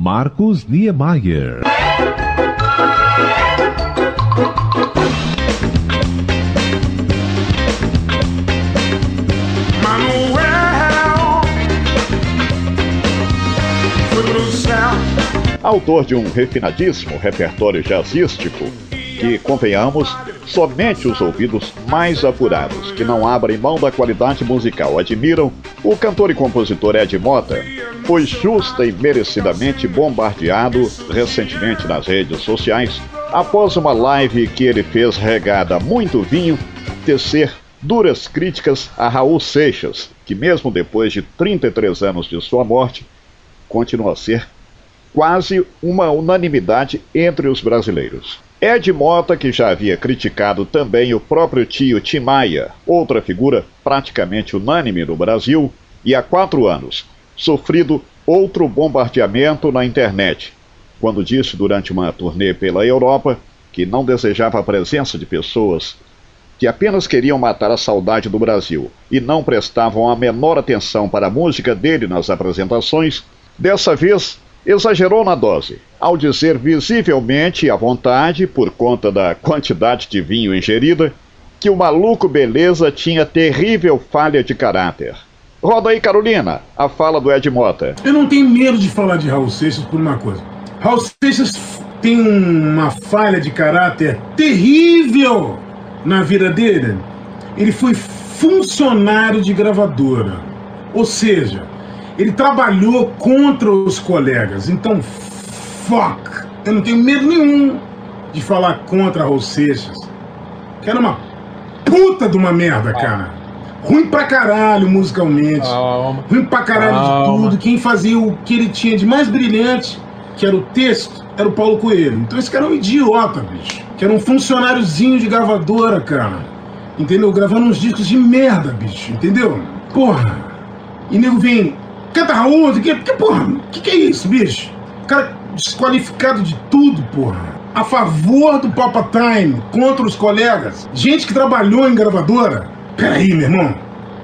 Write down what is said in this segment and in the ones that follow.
Marcos Niemeyer. Autor de um refinadíssimo repertório jazzístico que, convenhamos, somente os ouvidos mais apurados, que não abrem mão da qualidade musical, admiram, o cantor e compositor Ed Motta foi justa e merecidamente bombardeado recentemente nas redes sociais após uma live que ele fez regada a muito vinho tecer duras críticas a Raul Seixas, que mesmo depois de 33 anos de sua morte, continua a ser quase uma unanimidade entre os brasileiros. Ed Motta, que já havia criticado também o próprio tio Tim Maia, outra figura praticamente unânime no Brasil, e há 4 anos, sofrido outro bombardeamento na internet, quando disse durante uma turnê pela Europa que não desejava a presença de pessoas que apenas queriam matar a saudade do Brasil e não prestavam a menor atenção para a música dele nas apresentações. Dessa vez, exagerou na dose, ao dizer visivelmente à vontade, por conta da quantidade de vinho ingerida, que o maluco beleza tinha terrível falha de caráter. Roda aí, Carolina, a fala do Ed Motta. Eu não tenho medo de falar de Raul Seixas por uma coisa. Raul Seixas tem uma falha de caráter terrível na vida dele. Ele foi funcionário de gravadora, ou seja, ele trabalhou contra os colegas. Então, fuck! Eu não tenho medo nenhum de falar contra Raul Seixas. Que era uma puta de uma merda, cara. Ruim pra caralho musicalmente. Ruim pra caralho de tudo. Quem fazia o que ele tinha de mais brilhante, que era o texto, era o Paulo Coelho. Então esse cara é um idiota, bicho. Que era um funcionáriozinho de gravadora, cara. Entendeu? Gravando uns discos de merda, bicho. Entendeu? Porra. E nego vem... Canta Raul, porque, porra, que é isso, bicho? O cara desqualificado de tudo, porra. A favor do Papa Time, contra os colegas. Gente que trabalhou em gravadora. Peraí, meu irmão.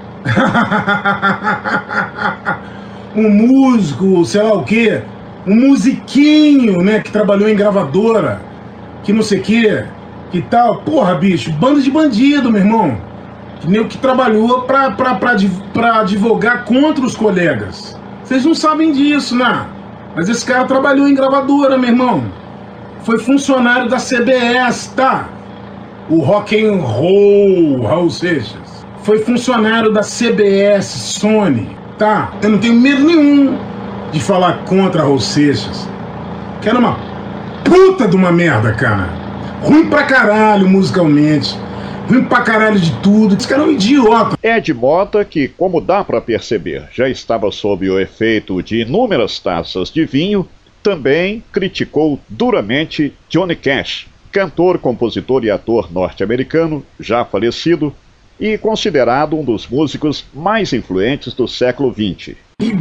Um músico, sei lá o quê. Um musiquinho, né, que trabalhou em gravadora. Que não sei o quê. Que tal. Porra, bicho, bando de bandido, meu irmão. Que trabalhou pra advogar contra os colegas. Vocês não sabem disso, né? Mas esse cara trabalhou em gravadora, meu irmão. Foi funcionário da CBS, tá? O rock and roll, Raul Seixas. Foi funcionário da CBS, Sony, tá? Eu não tenho medo nenhum de falar contra Raul Seixas. Que era uma puta de uma merda, cara. Ruim pra caralho musicalmente. Ruim pra caralho de tudo. Esse cara é um idiota. Ed Motta, que, como dá pra perceber, já estava sob o efeito de inúmeras taças de vinho, também criticou duramente Johnny Cash, cantor, compositor e ator norte-americano, já falecido, e considerado um dos músicos mais influentes do século XX.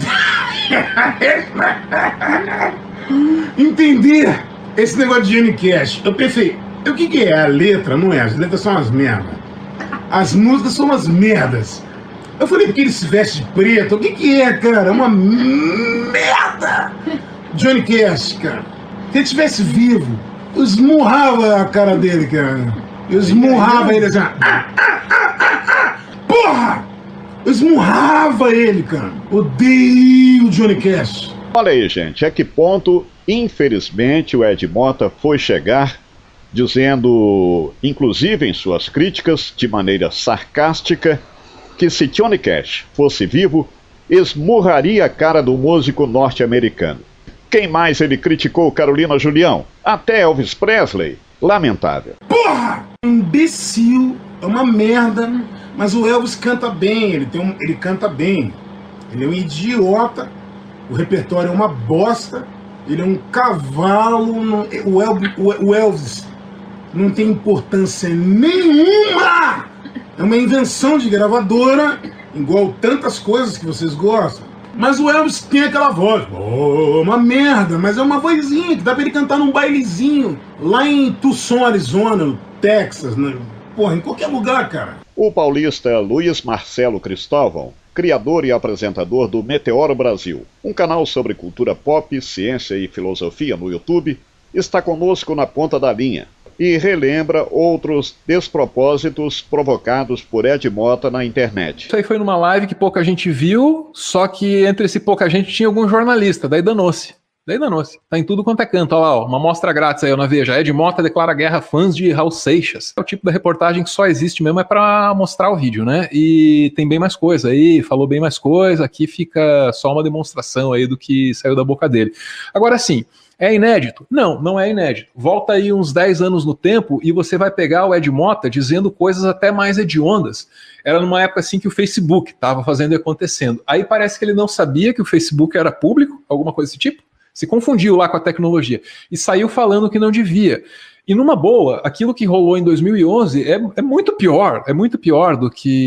Entender esse negócio de Johnny Cash. Eu pensei, o que é? A letra? Não é, as letras são umas merdas. As músicas são umas merdas. Eu falei, porque ele se veste de preto? O que é, cara? É uma merda! Johnny Cash, cara. Se ele estivesse vivo, eu esmurrava a cara dele, cara. Eu esmurrava ele assim. Porra! Eu esmurrava ele, cara. Odeio o Johnny Cash. Olha aí, gente, a que ponto, infelizmente, o Ed Motta foi chegar, dizendo, inclusive em suas críticas, de maneira sarcástica, que se Johnny Cash fosse vivo, esmurraria a cara do músico norte-americano. Quem mais ele criticou, Carolina Julião? Até Elvis Presley. Lamentável. Porra! Imbecil, é uma merda, mas o Elvis canta bem, ele canta bem. Ele é um idiota, o repertório é uma bosta, ele é um cavalo, o Elvis não tem importância nenhuma! É uma invenção de gravadora, igual tantas coisas que vocês gostam. Mas o Elvis tem aquela voz, uma merda, mas é uma vozinha que dá pra ele cantar num bailezinho lá em Tucson, Arizona, Texas, né? Porra, em qualquer lugar, cara. O paulista Luiz Marcelo Cristóvão criador e apresentador do Meteoro Brasil, um canal sobre cultura pop, ciência e filosofia no YouTube, está conosco na ponta da linha e relembra outros despropósitos provocados por Ed Mota na internet. Isso aí foi numa live que pouca gente viu, só que entre esse pouca gente tinha algum jornalista, daí danou-se. Tá em tudo quanto é canto. Olha lá, ó, uma amostra grátis aí, ó, na Veja. Ed Mota declara guerra a fãs de Raul Seixas. É o tipo da reportagem que só existe mesmo, é pra mostrar o vídeo, né? E tem bem mais coisa aí, falou bem mais coisa, aqui fica só uma demonstração aí do que saiu da boca dele. Agora sim, é inédito? Não é inédito. Volta aí uns 10 anos no tempo e você vai pegar o Ed Mota dizendo coisas até mais hediondas. Era numa época assim que o Facebook estava fazendo e acontecendo. Aí parece que ele não sabia que o Facebook era público, alguma coisa desse tipo. Se confundiu lá com a tecnologia e saiu falando que não devia. E numa boa, aquilo que rolou em 2011 é muito pior do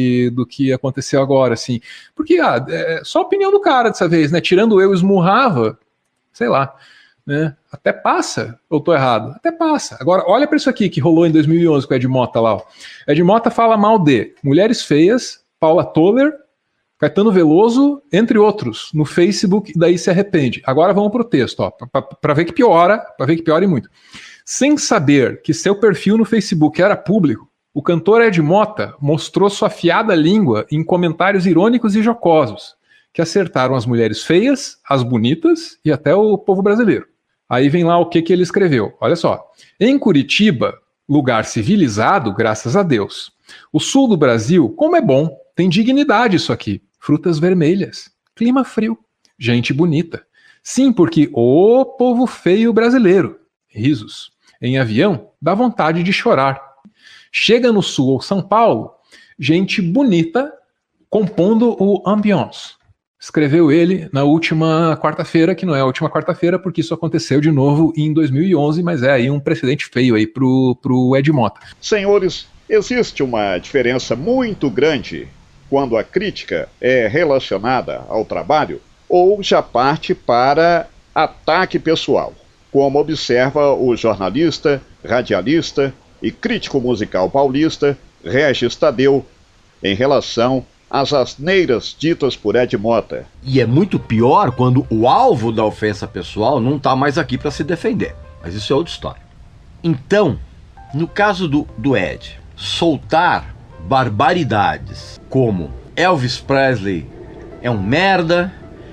que aconteceu agora, assim. Porque é só a opinião do cara dessa vez, né? Tirando eu esmurrava, sei lá, né? Até passa, ou tô errado? Até passa. Agora, olha para isso aqui que rolou em 2011 com o Ed Mota lá. Ó. Ed Mota fala mal de mulheres feias, Paula Toller, Caetano Veloso, entre outros, no Facebook, e daí se arrepende. Agora vamos pro texto, ó, para ver que piora, e muito. Sem saber que seu perfil no Facebook era público, o cantor Ed Mota mostrou sua afiada língua em comentários irônicos e jocosos, que acertaram as mulheres feias, as bonitas e até o povo brasileiro. Aí vem lá o que ele escreveu. Olha só. Em Curitiba, lugar civilizado, graças a Deus. O sul do Brasil, como é bom, tem dignidade isso aqui. Frutas vermelhas, clima frio, gente bonita. Sim, porque o povo feio brasileiro. Risos. Em avião, dá vontade de chorar. Chega no sul ou São Paulo, gente bonita compondo o ambiance. Escreveu ele na última quarta-feira, que não é a última quarta-feira, porque isso aconteceu de novo em 2011, mas é aí um precedente feio aí pro Ed Mota. Senhores, existe uma diferença muito grande quando a crítica é relacionada ao trabalho ou já parte para ataque pessoal, como observa o jornalista, radialista e crítico musical paulista Regis Tadeu em relação às asneiras ditas por Ed Mota. E é muito pior quando o alvo da ofensa pessoal não está mais aqui para se defender, mas isso é outra história. Então, no caso do Ed, soltar barbaridades como Elvis Presley é um merda,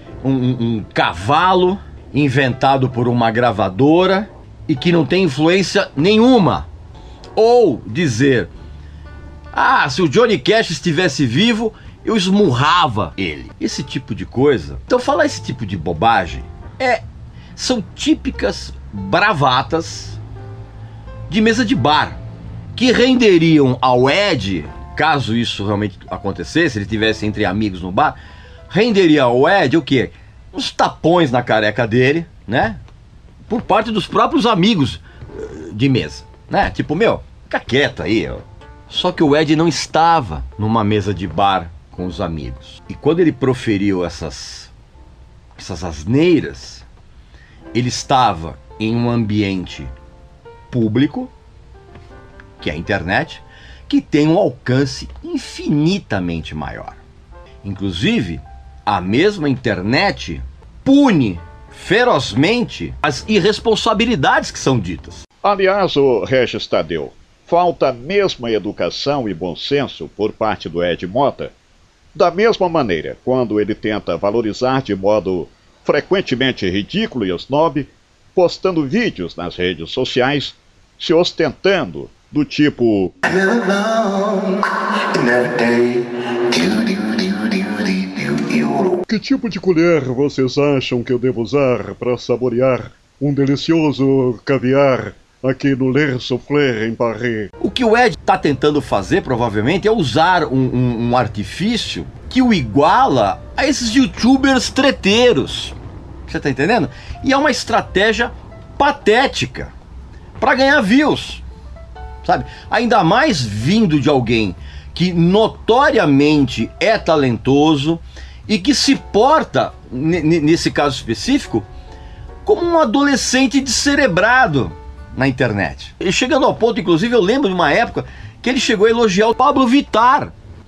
um cavalo inventado por uma gravadora e que não tem influência nenhuma, ou dizer, se o Johnny Cash estivesse vivo, eu esmurrava ele. Esse tipo de coisa. Então falar esse tipo de bobagem são típicas bravatas de mesa de bar, que renderiam ao Ed, caso isso realmente acontecesse, ele estivesse entre amigos no bar, renderia ao Ed o quê? Uns tapões na careca dele, né? Por parte dos próprios amigos de mesa, né? Tipo, fica quieto aí. Só que o Ed não estava numa mesa de bar com os amigos. E quando ele proferiu essas asneiras, ele estava em um ambiente público, que é a internet, que tem um alcance infinitamente maior. Inclusive, a mesma internet pune ferozmente as irresponsabilidades que são ditas. Aliás, o Regis Tadeu, falta a mesma educação e bom senso por parte do Ed Mota, da mesma maneira, quando ele tenta valorizar de modo frequentemente ridículo e snob, postando vídeos nas redes sociais, se ostentando do tipo... Que tipo de colher vocês acham que eu devo usar para saborear um delicioso caviar aqui no Le Soufflé em Paris? O que o Ed está tentando fazer, provavelmente, é usar um artifício que o iguala a esses youtubers treteiros. Você tá entendendo? E é uma estratégia patética para ganhar views, sabe? Ainda mais vindo de alguém que notoriamente é talentoso e que se porta, nesse caso específico, como um adolescente descerebrado na internet. E chegando ao ponto, inclusive, eu lembro de uma época que ele chegou a elogiar o Pablo Vittar.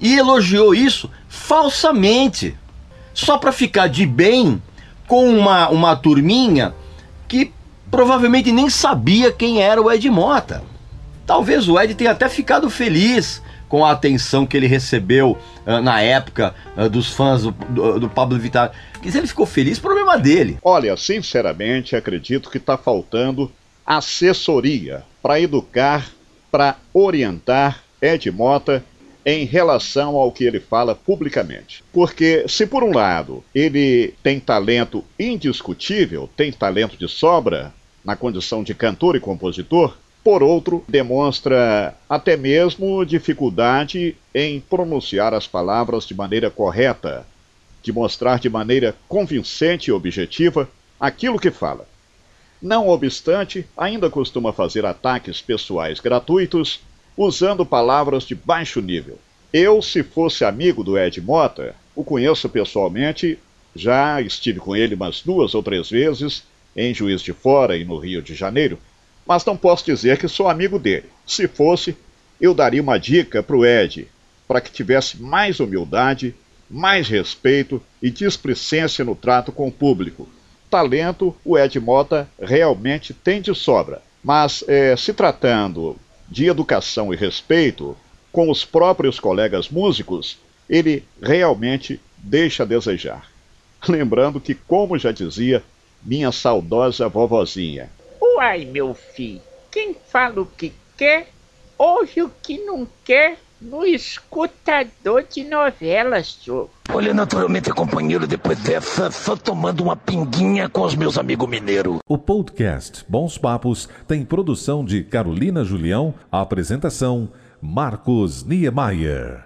e elogiou isso falsamente, só para ficar de bem com uma turminha que provavelmente nem sabia quem era o Ed Mota. Talvez o Ed tenha até ficado feliz com a atenção que ele recebeu na época dos fãs do Pablo Vittar. Se ele ficou feliz, problema dele. Olha, sinceramente, acredito que está faltando assessoria para educar, para orientar Ed Mota em relação ao que ele fala publicamente. Porque se por um lado ele tem talento indiscutível, tem talento de sobra na condição de cantor e compositor, por outro, demonstra até mesmo dificuldade em pronunciar as palavras de maneira correta, de mostrar de maneira convincente e objetiva aquilo que fala. Não obstante, ainda costuma fazer ataques pessoais gratuitos, usando palavras de baixo nível. Eu, se fosse amigo do Ed Mota, o conheço pessoalmente, já estive com ele umas 2 ou 3 vezes, em Juiz de Fora e no Rio de Janeiro, mas não posso dizer que sou amigo dele. Se fosse, eu daria uma dica para o Ed, para que tivesse mais humildade, mais respeito e displicência no trato com o público. Talento, o Ed Mota realmente tem de sobra, mas se tratando de educação e respeito com os próprios colegas músicos, ele realmente deixa a desejar. Lembrando que, como já dizia minha saudosa vovozinha, uai, meu filho, quem fala o que quer, ouve o que não quer no escutador de novelas, senhor. Olha, naturalmente, companheiro, depois dessa, só tomando uma pinguinha com os meus amigos mineiros. O podcast Bons Papos tem produção de Carolina Julião, apresentação Marcos Niemeyer.